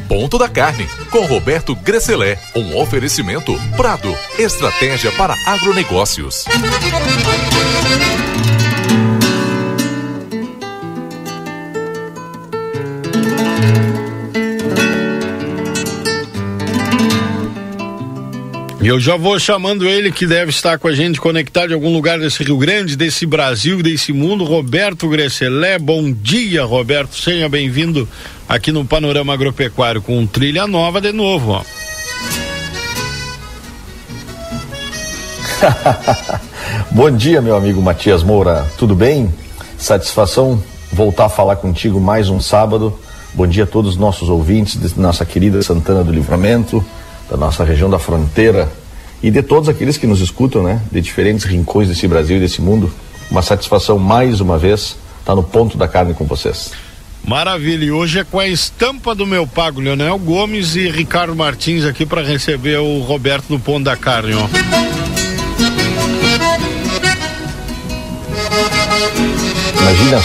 Ponto da Carne, com Roberto Gresselé. Um oferecimento Prado, estratégia para agronegócios. E eu já vou chamando ele, que deve estar com a gente conectado em algum lugar desse Rio Grande, desse Brasil, desse mundo, Roberto Gresselé. Bom dia, Roberto, seja bem-vindo aqui no Panorama Agropecuário com Trilha Nova de novo, ó. Bom dia, meu amigo Matias Moura, tudo bem? Satisfação voltar a falar contigo mais um sábado. Bom dia a todos os nossos ouvintes de nossa querida Santana do Livramento, da nossa região da fronteira e de todos aqueles que nos escutam, né, de diferentes rincões desse Brasil e desse mundo. Uma satisfação mais uma vez estar no Ponto da Carne com vocês. Maravilha, e hoje é com a estampa do meu pago, Leonel Gomes e Ricardo Martins aqui para receber o Roberto do Ponto da Carne, ó. Imagina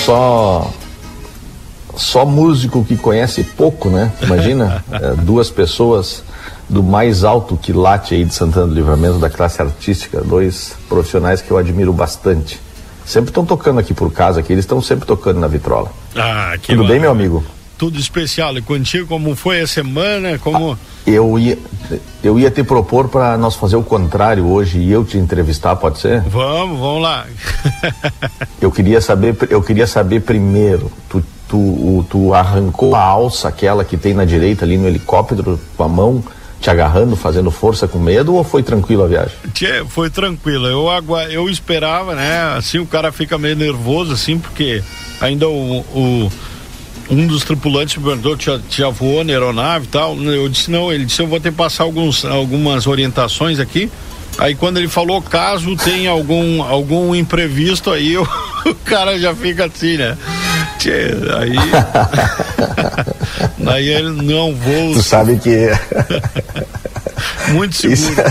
só músico que conhece pouco, né? Imagina, duas pessoas do mais alto quilate aí de Santana do Livramento, da classe artística, dois profissionais que eu admiro bastante. Sempre estão tocando aqui por casa, aqui eles estão sempre tocando na vitrola. Ah, que tudo bem, meu amigo? Tudo especial. E contigo, como foi a semana? Como... Eu ia te propor para nós fazer o contrário hoje e eu te entrevistar, pode ser? Vamos lá. Eu queria saber primeiro, tu arrancou a alça, aquela que tem na direita ali no helicóptero com a mão, te agarrando, fazendo força com medo, ou foi tranquilo a viagem? Foi tranquilo, eu esperava, né, assim o cara fica meio nervoso, assim, porque ainda um dos tripulantes me perguntou, já voou na aeronave e tal, eu disse não, ele disse eu vou ter que passar algumas orientações aqui, aí quando ele falou caso tenha algum imprevisto, aí o cara já fica assim, né? Aí ele não vou. Tu sabe que muito seguro. Isso...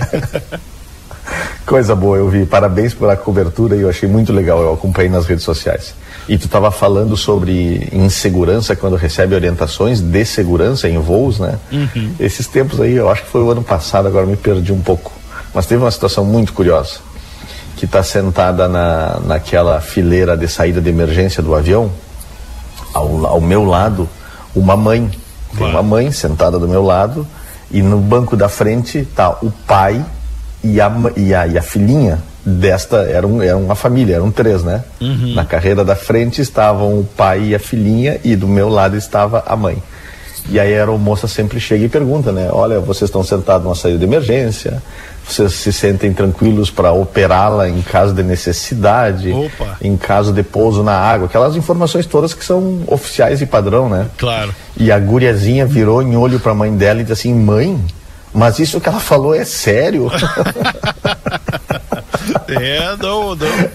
Coisa boa, eu vi, parabéns pela cobertura e eu achei muito legal, eu acompanhei nas redes sociais. E tu estava falando sobre insegurança quando recebe orientações de segurança em voos, né? Uhum. Esses tempos aí, eu acho que foi o ano passado, agora me perdi um pouco, mas teve uma situação muito curiosa, que está sentada naquela fileira de saída de emergência do avião, ao meu lado, uma mãe. Tem uma mãe sentada do meu lado e no banco da frente tá o pai e a filhinha desta, era uma família, eram três, né? Uhum. Na carreira da frente estavam o pai e a filhinha e do meu lado estava a mãe. E aí a aeromoça sempre chega e pergunta, né? Olha, vocês estão sentados numa saída de emergência, vocês se sentem tranquilos para operá-la em caso de necessidade, em caso de pouso na água, aquelas informações todas que são oficiais e padrão, né? Claro. E a guriazinha virou em olho para a mãe dela e disse assim, mãe, mas isso que ela falou é sério? Não.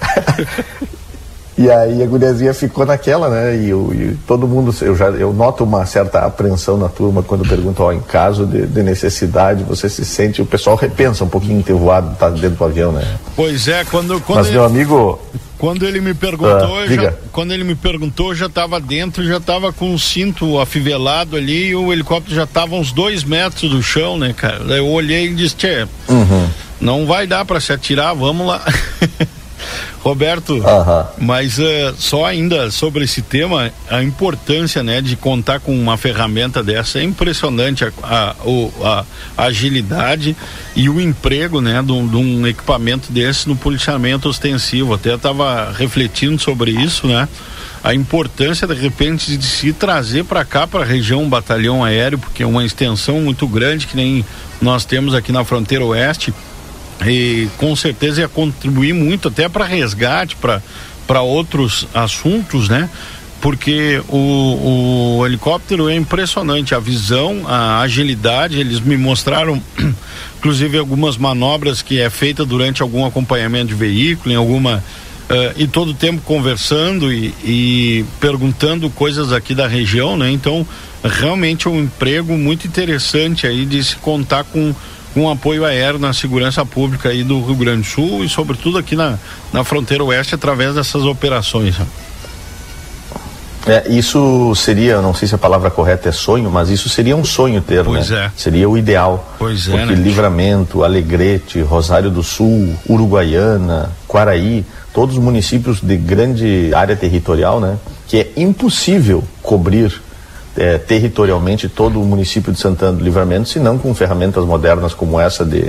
E aí a guriazinha ficou naquela, né? E todo mundo, eu noto uma certa apreensão na turma quando perguntam, em caso de necessidade, você se sente, o pessoal repensa um pouquinho em ter voado, tá dentro do avião, né? Pois é, Mas meu amigo... Quando ele me perguntou, já estava dentro, já estava com o cinto afivelado ali e o helicóptero já estava uns 2 metros do chão, né, cara? Eu olhei e disse, não vai dar para se atirar, vamos lá. Roberto, mas só ainda sobre esse tema, a importância, né, de contar com uma ferramenta dessa é impressionante, a agilidade e o emprego, né, de um equipamento desse no policiamento ostensivo. Até estava refletindo sobre isso, né, a importância de repente de se trazer para cá, para a região, um batalhão aéreo, porque é uma extensão muito grande que nem nós temos aqui na fronteira oeste. E com certeza ia contribuir muito até para resgate, para outros assuntos, né? Porque o helicóptero é impressionante, a visão, a agilidade. Eles me mostraram inclusive algumas manobras que é feita durante algum acompanhamento de veículo, em alguma e todo o tempo conversando e perguntando coisas aqui da região, né? Então realmente é um emprego muito interessante aí de se contar com apoio aéreo na segurança pública aí do Rio Grande do Sul e sobretudo aqui na fronteira oeste através dessas operações. Isso seria, não sei se a palavra correta é sonho, mas isso seria um sonho ter, pois né? Seria o ideal. Pois porque né? Livramento, Alegrete, Rosário do Sul, Uruguaiana, Quaraí, todos municípios de grande área territorial, né? Que é impossível cobrir territorialmente todo o município de Santana do Livramento, se não com ferramentas modernas como essa de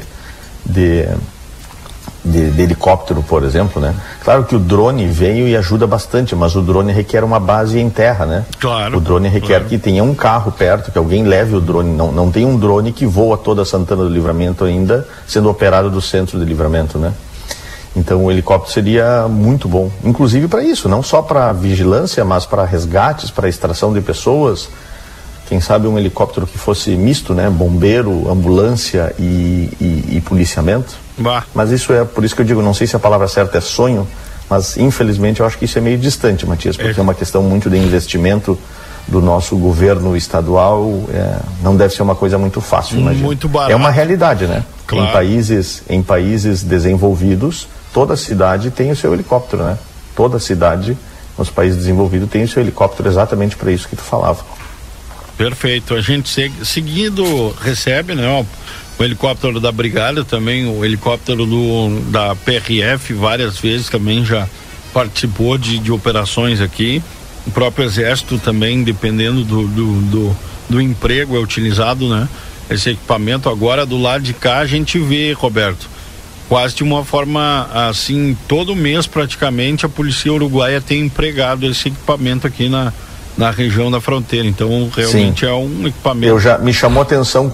helicóptero, por exemplo, né? Claro que o drone veio e ajuda bastante, mas o drone requer uma base em terra, né? Claro. O drone requer que tenha um carro perto, que alguém leve o drone. Não tem um drone que voa toda Santana do Livramento ainda, sendo operado do centro de Livramento, né? Então o helicóptero seria muito bom, inclusive para isso, não só para vigilância, mas para resgates, para extração de pessoas. Quem sabe um helicóptero que fosse misto, né? Bombeiro, ambulância e policiamento. Bah. Mas isso por isso que eu digo, não sei se a palavra certa é sonho, mas infelizmente eu acho que isso é meio distante, Matias, porque é uma questão muito de investimento do nosso governo estadual, não deve ser uma coisa muito fácil, imagina. Muito barato. É uma realidade, né? Claro. Em países desenvolvidos, toda cidade tem o seu helicóptero, né? Toda cidade nos países desenvolvidos tem o seu helicóptero exatamente para isso que tu falava. Perfeito. A gente seguindo recebe, né? O helicóptero da Brigada também, o helicóptero da PRF várias vezes também já participou de operações aqui. O próprio Exército também, dependendo do emprego, é utilizado, né? Esse equipamento. Agora do lado de cá a gente vê, Roberto, quase de uma forma assim, todo mês praticamente a Polícia Uruguaia tem empregado esse equipamento aqui na região da fronteira. Então realmente é um equipamento. Me chamou atenção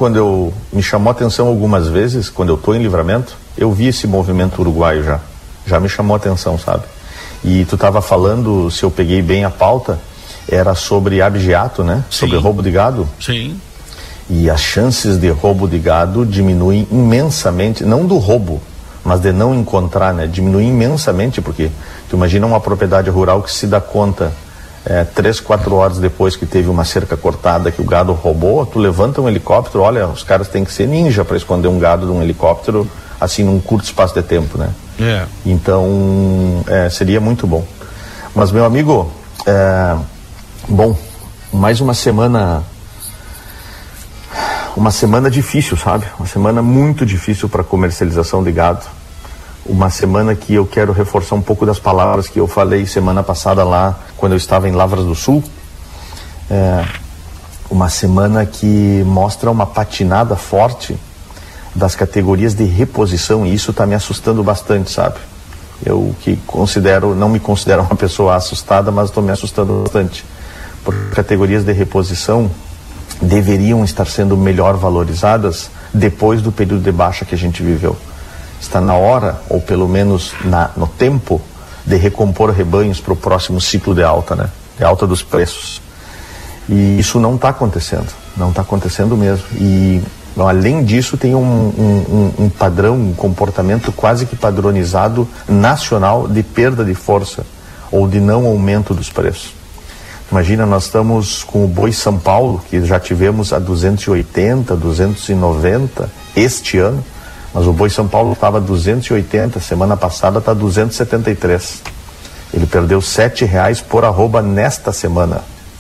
algumas vezes quando eu estou em Livramento, eu vi esse movimento uruguaio já me chamou atenção, sabe? E tu estava falando, se eu peguei bem a pauta, era sobre abigeato, né? Sim. Sobre roubo de gado. Sim. E as chances de roubo de gado diminuem imensamente, não do roubo, mas de não encontrar, né? Diminui imensamente, porque tu imagina uma propriedade rural que se dá conta 3, 4 horas depois que teve uma cerca cortada, que o gado roubou, tu levanta um helicóptero, olha, os caras têm que ser ninja para esconder um gado de um helicóptero, assim, num curto espaço de tempo, né? Então, seria muito bom. Mas, meu amigo, bom, mais uma semana difícil, sabe? Uma semana muito difícil para comercialização de gado. Uma semana que eu quero reforçar um pouco das palavras que eu falei semana passada lá, quando eu estava em Lavras do Sul. Uma semana que mostra uma patinada forte das categorias de reposição, e isso está me assustando bastante, sabe? Eu que não me considero uma pessoa assustada, mas estou me assustando bastante. Porque categorias de reposição deveriam estar sendo melhor valorizadas depois do período de baixa que a gente viveu. Está na hora, ou pelo menos no tempo, de recompor rebanhos para o próximo ciclo de alta, né? De alta dos preços. E isso não está acontecendo mesmo. E além disso tem um padrão, um comportamento quase que padronizado nacional de perda de força ou de não aumento dos preços. Imagina, nós estamos com o boi São Paulo, que já tivemos a 280, 290 este ano, mas o boi São Paulo estava 280, semana passada está 273. Ele perdeu R$7 por arroba nesta semana.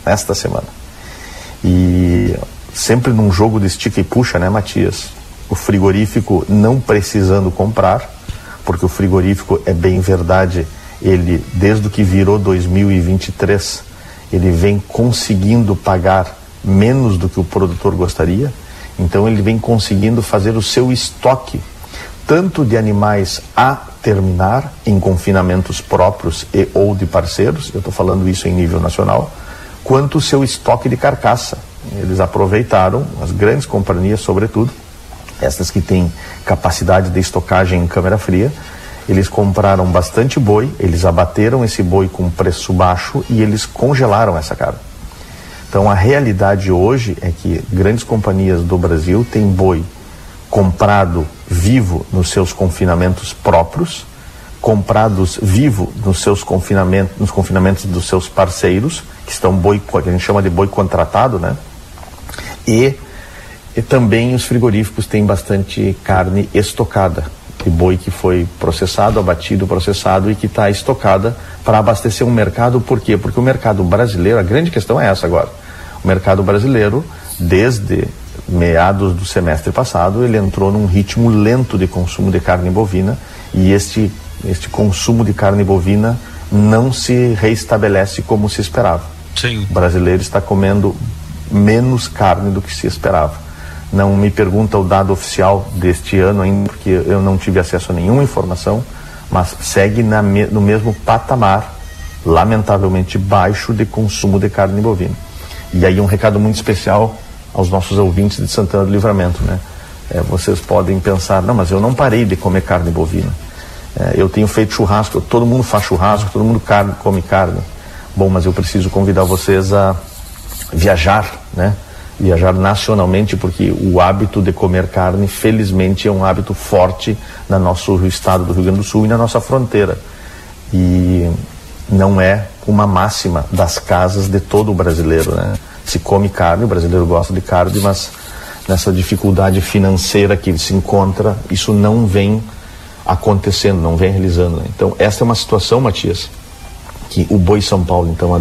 E sempre num jogo de estica e puxa, né, Matias? O frigorífico não precisando comprar, porque o frigorífico, é bem verdade, ele, desde que virou 2023, ele vem conseguindo pagar menos do que o produtor gostaria. Então ele vem conseguindo fazer o seu estoque, tanto de animais a terminar em confinamentos próprios e ou de parceiros, eu estou falando isso em nível nacional, quanto o seu estoque de carcaça. Eles aproveitaram, as grandes companhias sobretudo, essas que têm capacidade de estocagem em câmara fria, eles compraram bastante boi, eles abateram esse boi com preço baixo e eles congelaram essa carne. Então a realidade hoje é que grandes companhias do Brasil têm boi comprado vivo nos seus confinamentos próprios, comprados vivo nos confinamentos dos seus parceiros, que estão que a gente chama de boi contratado, né? E também os frigoríficos têm bastante carne estocada. de boi que foi processado e que está estocada para abastecer um mercado. Por quê? Porque o mercado brasileiro, a grande questão é essa agora, o mercado brasileiro, desde meados do semestre passado, ele entrou num ritmo lento de consumo de carne bovina, e este consumo de carne bovina não se reestabelece como se esperava. Sim. O brasileiro está comendo menos carne do que se esperava. Não me pergunta o dado oficial deste ano ainda, porque eu não tive acesso a nenhuma informação, mas segue no mesmo patamar, lamentavelmente baixo, de consumo de carne bovina. E aí um recado muito especial aos nossos ouvintes de Santana do Livramento, né? Vocês podem pensar, não, mas eu não parei de comer carne bovina. Eu tenho feito churrasco, todo mundo faz churrasco, todo mundo come carne. Bom, mas eu preciso convidar vocês a viajar, né? Viajar nacionalmente, porque o hábito de comer carne, felizmente, é um hábito forte no nosso estado do Rio Grande do Sul e na nossa fronteira. E não é uma máxima das casas de todo o brasileiro, né? Se come carne, o brasileiro gosta de carne, mas nessa dificuldade financeira que ele se encontra, isso não vem acontecendo, não vem realizando, né? Então, essa é uma situação, Matias, que o boi São Paulo, então, a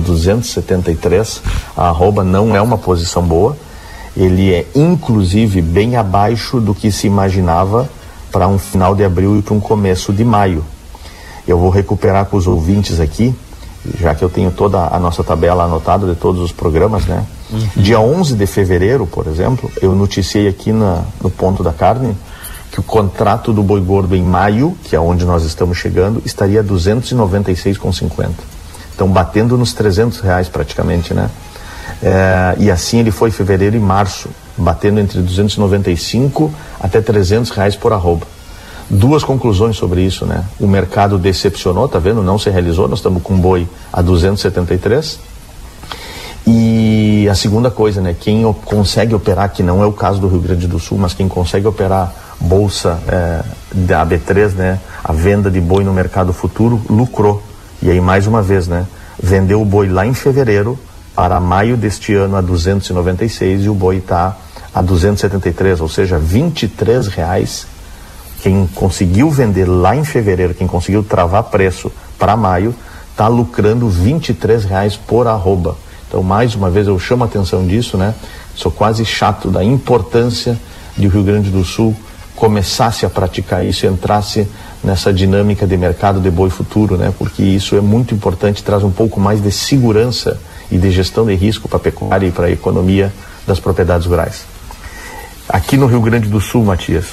273, a arroba não é uma posição boa. Ele é, inclusive, bem abaixo do que se imaginava para um final de abril e para um começo de maio. Eu vou recuperar com os ouvintes aqui, já que eu tenho toda a nossa tabela anotada de todos os programas, né? Dia 11 de fevereiro, por exemplo, eu noticiei aqui no Ponto da Carne que o contrato do boi gordo em maio, que é onde nós estamos chegando, estaria a 296,50. Então, batendo nos R$300 praticamente, né? E assim ele foi em fevereiro e março, batendo entre 295 até R$300 por arroba. Duas conclusões sobre isso, né? O mercado decepcionou, tá vendo? Não se realizou, nós estamos com boi a 273. E a segunda coisa, né? Quem consegue operar, que não é o caso do Rio Grande do Sul, mas quem consegue operar bolsa da B3, né? A venda de boi no mercado futuro, lucrou. E aí, mais uma vez, né? Vendeu o boi lá em fevereiro para maio deste ano a 296 e o boi está a 273, ou seja, R$23. Quem conseguiu vender lá em fevereiro, quem conseguiu travar preço para maio, está lucrando R$23 por arroba. Então, mais uma vez, eu chamo a atenção disso, né? Sou quase chato da importância de o Rio Grande do Sul começasse a praticar isso, entrasse nessa dinâmica de mercado de boi futuro, né? Porque isso é muito importante, traz um pouco mais de segurança e de gestão de risco para a pecuária e para a economia das propriedades rurais. Aqui no Rio Grande do Sul, Matias,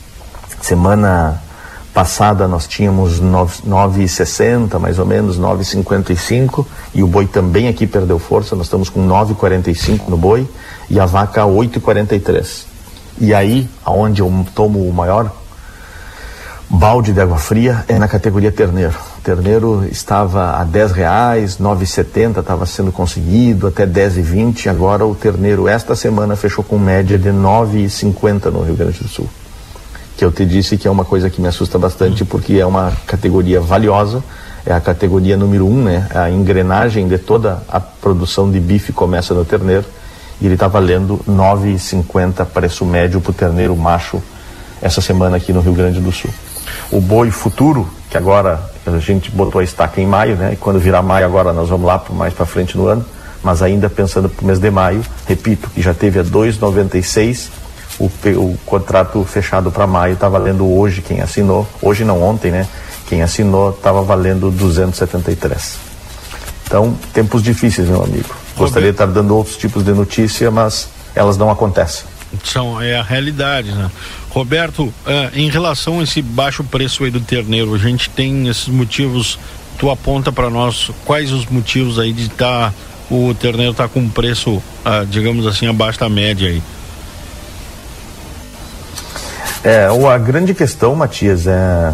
semana passada nós tínhamos 9,60, mais ou menos, 9,55, e o boi também aqui perdeu força, nós estamos com 9,45 no boi e a vaca 8,43. E aí, aonde eu tomo o maior balde de água fria é na categoria terneiro. O terneiro estava a R$10, 9,70 estava sendo conseguido, até 10,20, agora o terneiro esta semana fechou com média de 9,50 no Rio Grande do Sul. Que eu te disse que é uma coisa que me assusta bastante, porque é uma categoria valiosa, é a categoria número 1, né? A engrenagem de toda a produção de bife começa no terneiro, e ele está valendo 9,50 preço médio para o terneiro macho essa semana aqui no Rio Grande do Sul. O boi futuro, que agora a gente botou a estaca em maio, né? E quando virar maio agora nós vamos lá mais para frente no ano, mas ainda pensando para o mês de maio, repito, que já teve a 2,96, o contrato fechado para maio está valendo hoje, quem assinou, hoje não, ontem, né? Quem assinou estava valendo 273. Então, tempos difíceis, meu amigo. Gostaria de estar dando outros tipos de notícia, mas elas não acontecem. É a realidade, né? Roberto, em relação a esse baixo preço aí do terneiro, a gente tem esses motivos, tu aponta para nós quais os motivos aí de o terneiro tá com um preço, digamos assim, abaixo da média aí? A grande questão, Matias,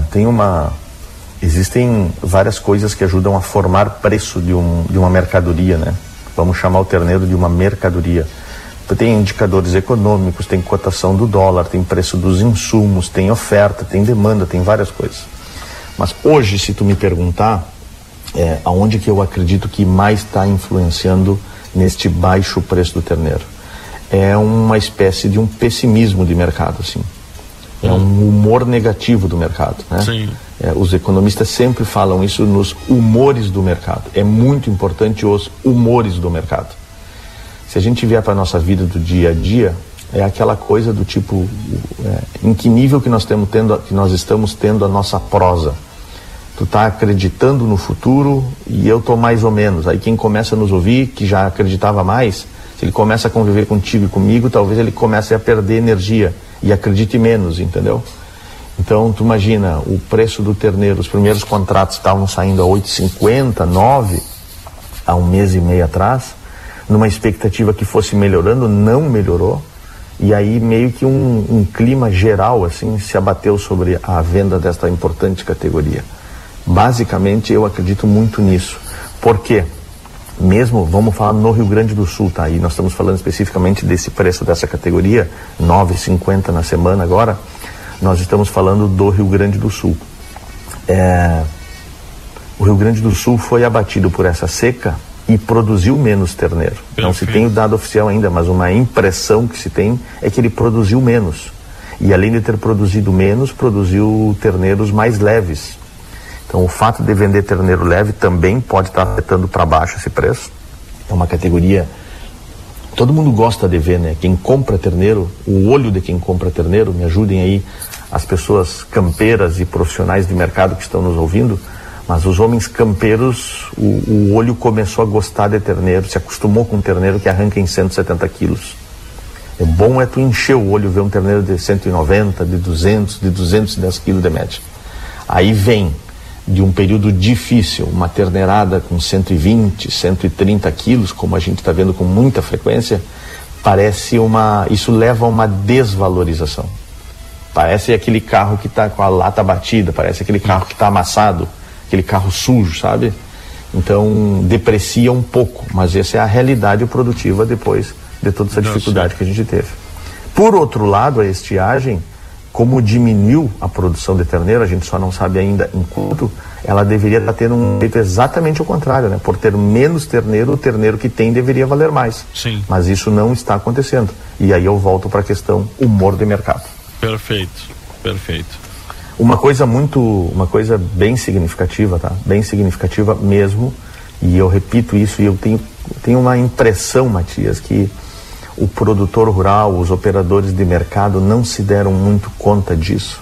existem várias coisas que ajudam a formar preço de uma mercadoria, né? Vamos chamar o terneiro de uma mercadoria. Tem indicadores econômicos, tem cotação do dólar, tem preço dos insumos, tem oferta, tem demanda, tem várias coisas. Mas hoje, se tu me perguntar, aonde que eu acredito que mais está influenciando neste baixo preço do terneiro? É uma espécie de um pessimismo de mercado, assim. É um humor negativo do mercado, né? Sim. Os economistas sempre falam isso nos humores do mercado. É muito importante os humores do mercado. Se a gente vier para a nossa vida do dia a dia, é aquela coisa do tipo, em que nível que nós estamos tendo a nossa prosa. Tu tá acreditando no futuro e eu tô mais ou menos. Aí quem começa a nos ouvir, que já acreditava mais, se ele começa a conviver contigo e comigo, talvez ele comece a perder energia e acredite menos, entendeu? Então, tu imagina, o preço do terneiro, os primeiros contratos estavam saindo a 8,50, 9, há um mês e meio atrás, numa expectativa que fosse melhorando, não melhorou, e aí meio que um clima geral, assim, se abateu sobre a venda desta importante categoria. Basicamente, eu acredito muito nisso. Por quê? Mesmo, vamos falar no Rio Grande do Sul, tá? E nós estamos falando especificamente desse preço dessa categoria, 9,50 na semana agora, nós estamos falando do Rio Grande do Sul. O Rio Grande do Sul foi abatido por essa seca e produziu menos terneiro. Não se tem o dado oficial ainda, mas uma impressão que se tem é que ele produziu menos. E além de ter produzido menos, produziu terneiros mais leves. Então, o fato de vender terneiro leve também pode estar afetando para baixo esse preço. É uma categoria... Todo mundo gosta de ver, né? Quem compra terneiro, o olho de quem compra terneiro, me ajudem aí as pessoas campeiras e profissionais de mercado que estão nos ouvindo, mas os homens campeiros, o olho começou a gostar de terneiro, se acostumou com um terneiro que arranca em 170 quilos. É bom tu encher o olho, ver um terneiro de 190, de 200, de 210 quilos de média. Aí vem... de um período difícil, uma terneirada com 120, 130 quilos, como a gente está vendo com muita frequência, isso leva a uma desvalorização. Parece aquele carro que está com a lata batida, parece aquele carro que está amassado, aquele carro sujo, sabe? Então, deprecia um pouco, mas essa é a realidade produtiva depois de toda essa dificuldade que a gente teve. Por outro lado, a estiagem, como diminuiu a produção de terneiro, a gente só não sabe ainda enquanto, ela deveria estar tendo um efeito exatamente ao contrário, né? Por ter menos terneiro, o terneiro que tem deveria valer mais. Sim. Mas isso não está acontecendo. E aí eu volto para a questão humor de mercado. Perfeito, perfeito. Uma coisa bem significativa, tá? Bem significativa mesmo, e eu repito isso, e eu tenho uma impressão, Matias, que o produtor rural, os operadores de mercado não se deram muito conta disso.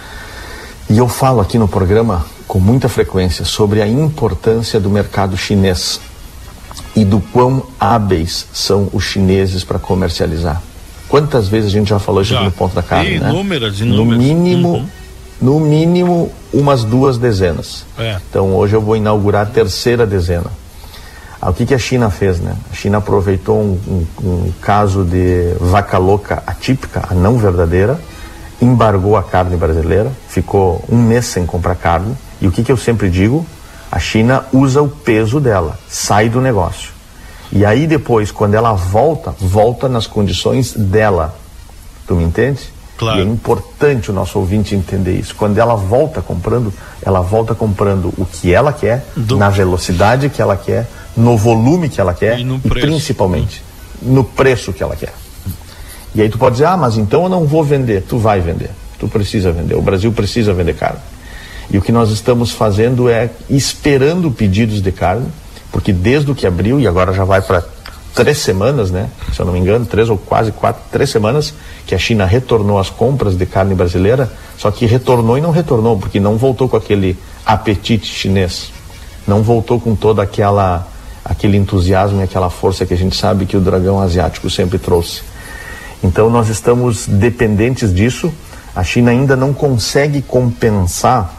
E eu falo aqui no programa com muita frequência sobre a importância do mercado chinês e do quão hábeis são os chineses para comercializar. Quantas vezes a gente já falou isso aqui no Ponto da Carne, né? Inúmeras. No mínimo umas 2 dezenas. Então hoje eu vou inaugurar a 3ª dezena. O que a China fez, né? A China aproveitou um caso de vaca louca atípica, a não verdadeira, embargou a carne brasileira, ficou um mês sem comprar carne, e o que eu sempre digo? A China usa o peso dela, sai do negócio. E aí depois, quando ela volta nas condições dela. Tu me entende? Claro. E é importante o nosso ouvinte entender isso. Quando ela volta comprando o que ela quer, na velocidade que ela quer, no volume que ela quer e principalmente no preço que ela quer. E aí tu pode dizer, mas então eu não vou vender. Tu vai vender, tu precisa vender, o Brasil precisa vender carne. E o que nós estamos fazendo é esperando pedidos de carne, porque desde o que abriu, e agora já vai para 3 semanas, né? Se eu não me engano, 3 ou quase 4, 3 semanas que a China retornou as compras de carne brasileira, só que retornou e não retornou, porque não voltou com aquele apetite chinês, não voltou com toda aquele entusiasmo e aquela força que a gente sabe que o dragão asiático sempre trouxe. Então nós estamos dependentes disso. A China ainda não consegue compensar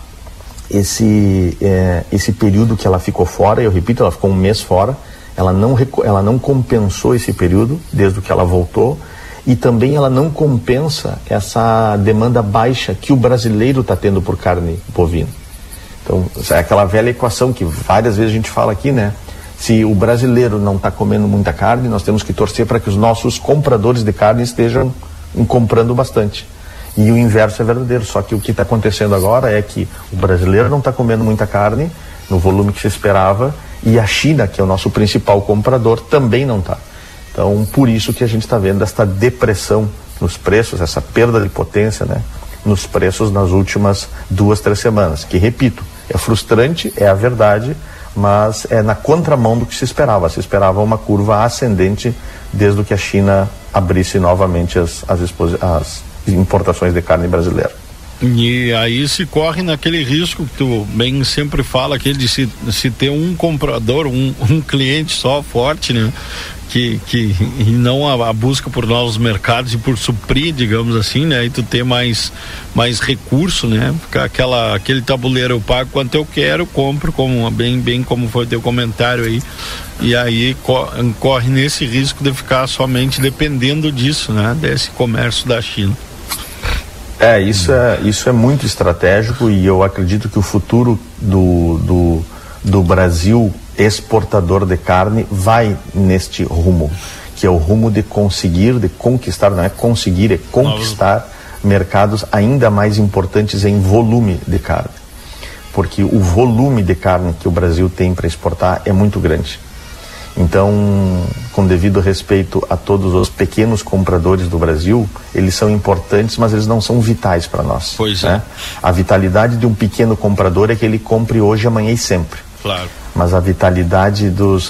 esse período que ela ficou fora. Eu repito, ela ficou um mês fora. Ela não compensou esse período desde que ela voltou, e também ela não compensa essa demanda baixa que o brasileiro está tendo por carne bovina. Então, é aquela velha equação que várias vezes a gente fala aqui, né? Se o brasileiro não está comendo muita carne, nós temos que torcer para que os nossos compradores de carne estejam comprando bastante. E o inverso é verdadeiro, só que o que está acontecendo agora é que o brasileiro não está comendo muita carne no volume que se esperava, e a China, que é o nosso principal comprador, também não está. Então, por isso que a gente está vendo esta depressão nos preços, essa perda de potência, né? nos preços nas últimas 2-3 semanas, que, repito, é frustrante, é a verdade, mas é na contramão do que se esperava. Se esperava uma curva ascendente desde que a China abrisse novamente as importações de carne brasileira. E aí se corre naquele risco que tu bem sempre fala, aquele de se ter um comprador, um cliente só forte, né? E não a busca por novos mercados e por suprir, digamos assim, né? E tu ter mais recurso, né? Aquele tabuleiro, eu pago quanto eu quero, compro, bem como foi o teu comentário aí, e aí corre nesse risco de ficar somente dependendo disso, né? Desse comércio da China. Isso é muito estratégico, e eu acredito que o futuro do Brasil exportador de carne vai neste rumo, que é o rumo de conquistar, não é conseguir, é conquistar mercados ainda mais importantes em volume de carne, porque o volume de carne que o Brasil tem para exportar é muito grande. Então, com devido respeito a todos os pequenos compradores do Brasil, eles são importantes, mas eles não são vitais para nós. Pois né? A vitalidade de um pequeno comprador é que ele compre hoje, amanhã e sempre. Claro. Mas a vitalidade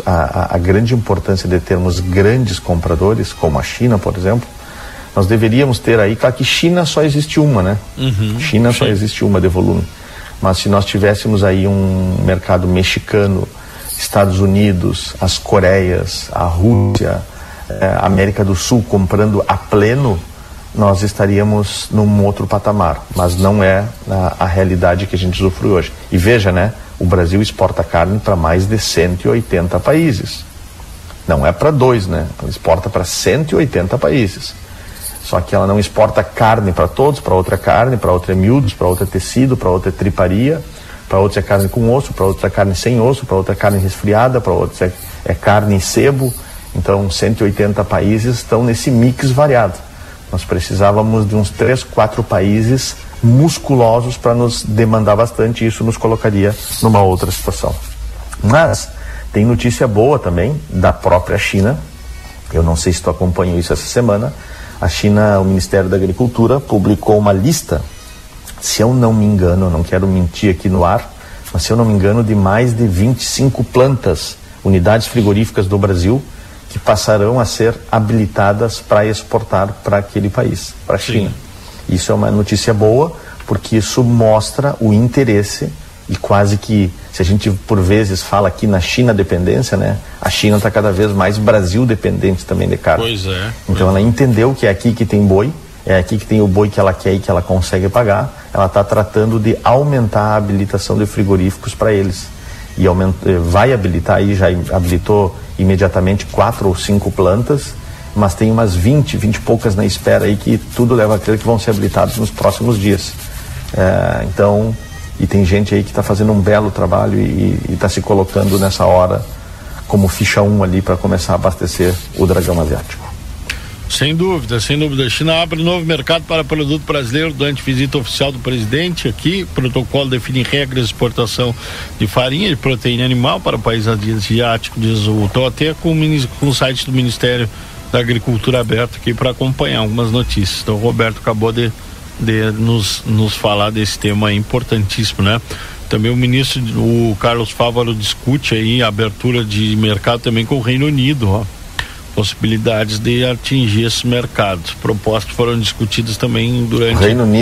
a grande importância de termos grandes compradores, como a China, por exemplo, nós deveríamos ter aí, claro que China só existe uma, né? China só existe uma de volume. Mas se nós tivéssemos aí um mercado mexicano, Estados Unidos, as Coreias, a Rússia, a América do Sul comprando a pleno, nós estaríamos num outro patamar, mas não é a realidade que a gente sofre hoje. E veja, né, o Brasil exporta carne para mais de 180 países. Não é para 2, né? Ela exporta para 180 países. Só que ela não exporta carne para todos, para outra carne, para outra é miúdos, para outra é tecido, para outra é triparia, para outros é carne com osso, para outros é carne sem osso, para outra é carne resfriada, para outros é carne em sebo. Então 180 países estão nesse mix variado. Nós precisávamos de uns 3-4 países musculosos para nos demandar bastante, e isso nos colocaria numa outra situação. Mas tem notícia boa também da própria China. Eu não sei se tu acompanhou isso essa semana. A China, o Ministério da Agricultura, publicou uma lista, se eu não me engano, eu não quero mentir aqui no ar, mas se eu não me engano, de mais de 25 plantas, unidades frigoríficas do Brasil, que passarão a ser habilitadas para exportar para aquele país, para a China. Isso é uma notícia boa, porque isso mostra o interesse, e quase que, se a gente por vezes fala aqui na China dependência, né? A China está cada vez mais Brasil dependente também de carne. Pois é. Então ela entendeu que é aqui que tem boi, é aqui que tem o boi que ela quer e que ela consegue pagar. Ela está tratando de aumentar a habilitação de frigoríficos para eles. E vai habilitar aí, já habilitou imediatamente 4 ou 5 plantas, mas tem umas 20 e poucas na espera aí, que tudo leva a crer que vão ser habilitados nos próximos dias. Então, e tem gente aí que está fazendo um belo trabalho e está se colocando nessa hora como ficha 1 ali para começar a abastecer o dragão asiático. Sem dúvida, sem dúvida. A China abre novo mercado para produto brasileiro durante visita oficial do presidente aqui. O protocolo define regras de exportação de farinha e proteína animal para o país asiático, diz o Tô até com o site do Ministério da Agricultura aberto aqui para acompanhar algumas notícias. Então o Roberto acabou de nos falar desse tema importantíssimo, né? Também o Carlos Fávaro discute aí a abertura de mercado também com o Reino Unido, ó. Possibilidades de atingir esses mercados. Propostas foram discutidas também durante...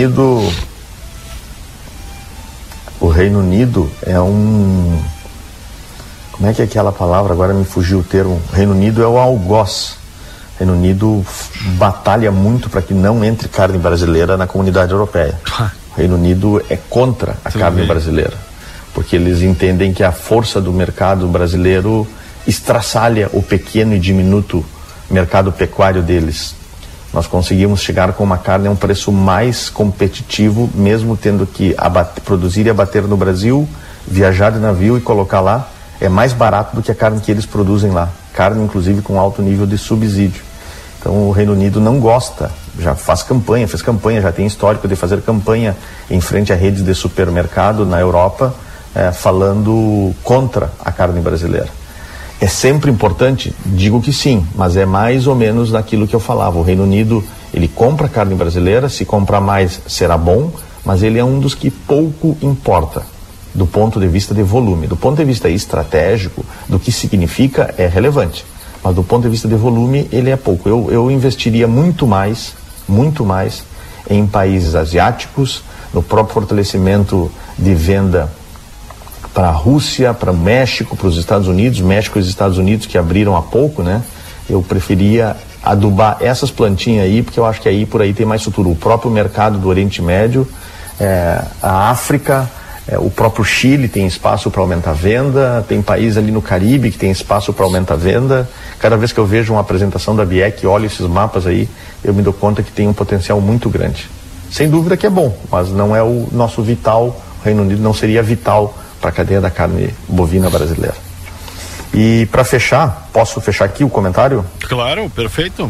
O Reino Unido é um... Como é que é aquela palavra? Agora me fugiu o termo. O Reino Unido é o algoz. O Reino Unido batalha muito para que não entre carne brasileira na comunidade europeia. O Reino Unido é contra a carne brasileira, porque eles entendem que a força do mercado brasileiro estraçalha o pequeno e diminuto mercado pecuário deles. Nós conseguimos chegar com uma carne a um preço mais competitivo, mesmo tendo que produzir e abater no Brasil, viajar de navio e colocar lá. É mais barato do que a carne que eles produzem lá. Carne, inclusive, com alto nível de subsídio. Então, o Reino Unido não gosta, já fez campanha, já tem histórico de fazer campanha em frente a redes de supermercado na Europa, falando contra a carne brasileira. É sempre importante? Digo que sim, mas é mais ou menos naquilo que eu falava. O Reino Unido Ele compra carne brasileira, se comprar mais será bom, mas ele é um dos que pouco importa do ponto de vista de volume. Do ponto de vista estratégico, do que significa, é relevante, mas do ponto de vista de volume, ele é pouco. Eu investiria muito mais em países asiáticos, no próprio fortalecimento de venda para a Rússia, para o México, para os Estados Unidos. México e os Estados Unidos que abriram há pouco, né? Eu preferia adubar essas plantinhas aí, porque eu acho que aí por aí tem mais futuro. O próprio mercado do Oriente Médio, a África, o próprio Chile tem espaço para aumentar a venda, tem países ali no Caribe que tem espaço para aumentar a venda. Cada vez que eu vejo uma apresentação da BIEC, olho esses mapas aí, eu me dou conta que tem um potencial muito grande. Sem dúvida que é bom, mas não é o nosso vital. O Reino Unido não seria vital para a cadeia da carne bovina brasileira. E para fechar, posso fechar aqui o comentário? Claro, perfeito.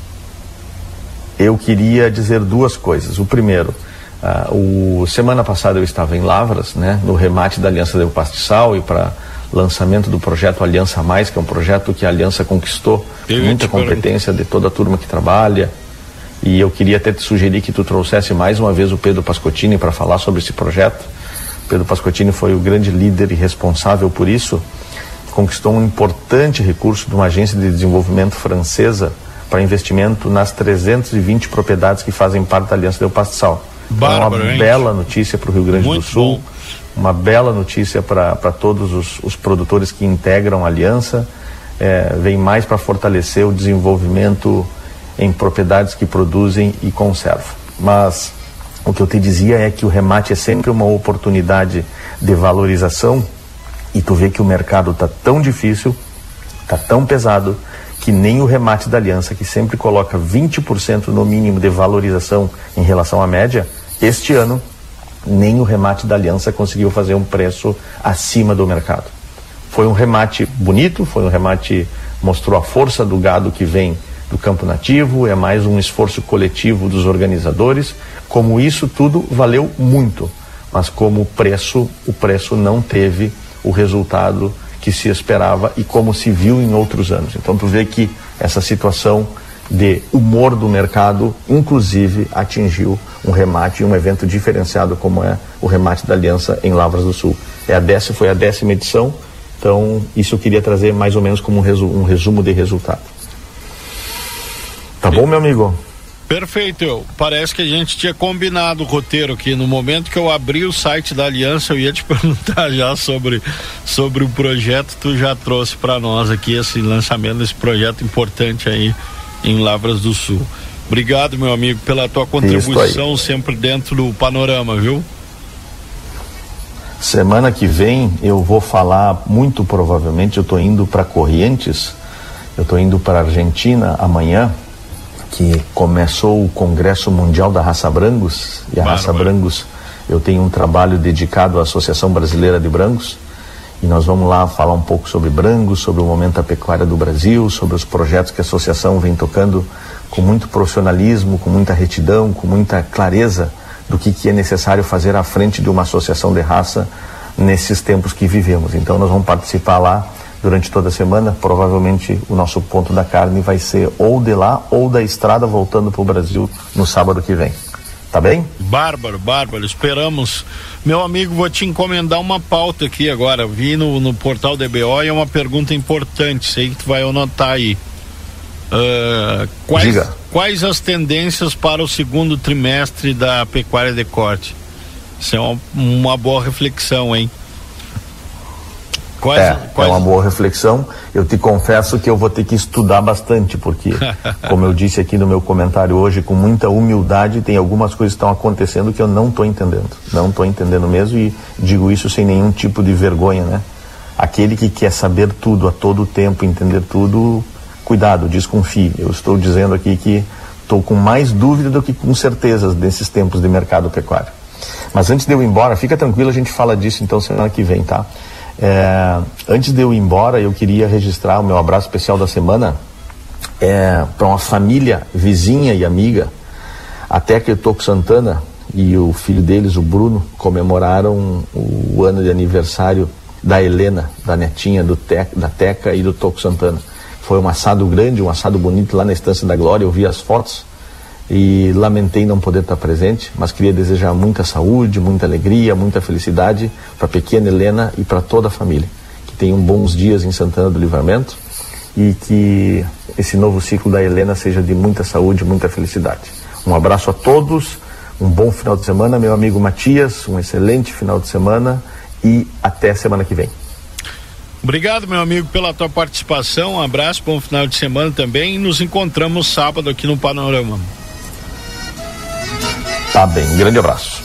Eu queria dizer duas coisas. O primeiro, semana passada eu estava em Lavras, né, no remate da Aliança do Pastiçal e para lançamento do projeto Aliança Mais, que é um projeto que a Aliança conquistou muita competência de toda a turma que trabalha. E eu queria até te sugerir que tu trouxesse mais uma vez o Pedro Pascottini para falar sobre esse projeto. Pedro Pascottini foi o grande líder e responsável por isso. Conquistou um importante recurso de uma agência de desenvolvimento francesa para investimento nas 320 propriedades que fazem parte da Aliança do Pastiçal. Uma bela notícia para o Rio Grande do Sul, uma bela notícia para todos os produtores que integram a Aliança. Vem mais para fortalecer o desenvolvimento em propriedades que produzem e conservam. Mas o que eu te dizia é que o remate é sempre uma oportunidade de valorização, e tu vê que o mercado está tão difícil, está tão pesado, que nem o remate da Aliança, que sempre coloca 20% no mínimo de valorização em relação à média, este ano nem o remate da Aliança conseguiu fazer um preço acima do mercado. Foi um remate bonito, foi um remate, mostrou a força do gado que vem do campo nativo, é mais um esforço coletivo dos organizadores. Como isso tudo valeu muito, mas como o preço não teve o resultado que se esperava e como se viu em outros anos. Então tu vê que essa situação de humor do mercado, inclusive, atingiu um remate, um evento diferenciado como é o remate da Aliança em Lavras do Sul. Foi a 10ª edição, então isso eu queria trazer mais ou menos como um resumo de resultado. Tá bom, meu amigo? Perfeito. Parece que a gente tinha combinado o roteiro aqui. No momento que eu abri o site da Aliança, eu ia te perguntar já sobre o projeto. Tu já trouxe para nós aqui esse lançamento desse projeto importante aí em Lavras do Sul. Obrigado, meu amigo, pela tua contribuição sempre dentro do panorama, viu? Semana que vem eu vou falar, muito provavelmente, eu estou indo para Corrientes, eu estou indo para Argentina amanhã, que começou o Congresso Mundial da Raça Brangus, e a Raça Brangus, eu tenho um trabalho dedicado à Associação Brasileira de Brangus, e nós vamos lá falar um pouco sobre Brangus, sobre o momento da pecuária do Brasil, sobre os projetos que a associação vem tocando com muito profissionalismo, com muita retidão, com muita clareza do que é necessário fazer à frente de uma associação de raça nesses tempos que vivemos. Então nós vamos participar lá durante toda a semana. Provavelmente o nosso ponto da carne vai ser ou de lá ou da estrada voltando para o Brasil no sábado que vem. Tá bem? Bárbaro, esperamos. Meu amigo, vou te encomendar uma pauta aqui agora. Vi no portal DBO e é uma pergunta importante, sei que tu vai anotar aí. Quais as tendências para o segundo trimestre da pecuária de corte? Isso é uma boa reflexão, hein? É uma boa reflexão. Eu te confesso que eu vou ter que estudar bastante, porque, como eu disse aqui no meu comentário hoje, com muita humildade, tem algumas coisas que estão acontecendo que eu não estou entendendo. Não estou entendendo mesmo, e digo isso sem nenhum tipo de vergonha, né? Aquele que quer saber tudo a todo tempo, entender tudo, cuidado, desconfie. Eu estou dizendo aqui que estou com mais dúvida do que com certezas desses tempos de mercado pecuário. Mas antes de eu ir embora, fica tranquilo, a gente fala disso então semana que vem, tá? Antes de eu ir embora, eu queria registrar o meu abraço especial da semana para uma família vizinha e amiga. A Teca e o Toco Santana e o filho deles, o Bruno, comemoraram o ano de aniversário da Helena, da netinha da Teca e do Toco Santana. Foi um assado grande, um assado bonito lá na Estância da Glória. Eu vi as fotos e lamentei não poder estar presente, mas queria desejar muita saúde, muita alegria, muita felicidade para a pequena Helena e para toda a família. Que tenham bons dias em Santana do Livramento e que esse novo ciclo da Helena seja de muita saúde, muita felicidade. Um abraço a todos, um bom final de semana, meu amigo Matias, um excelente final de semana e até semana que vem. Obrigado, meu amigo, pela tua participação, um abraço, bom final de semana também e nos encontramos sábado aqui no Panorama. Tá bem, um grande abraço.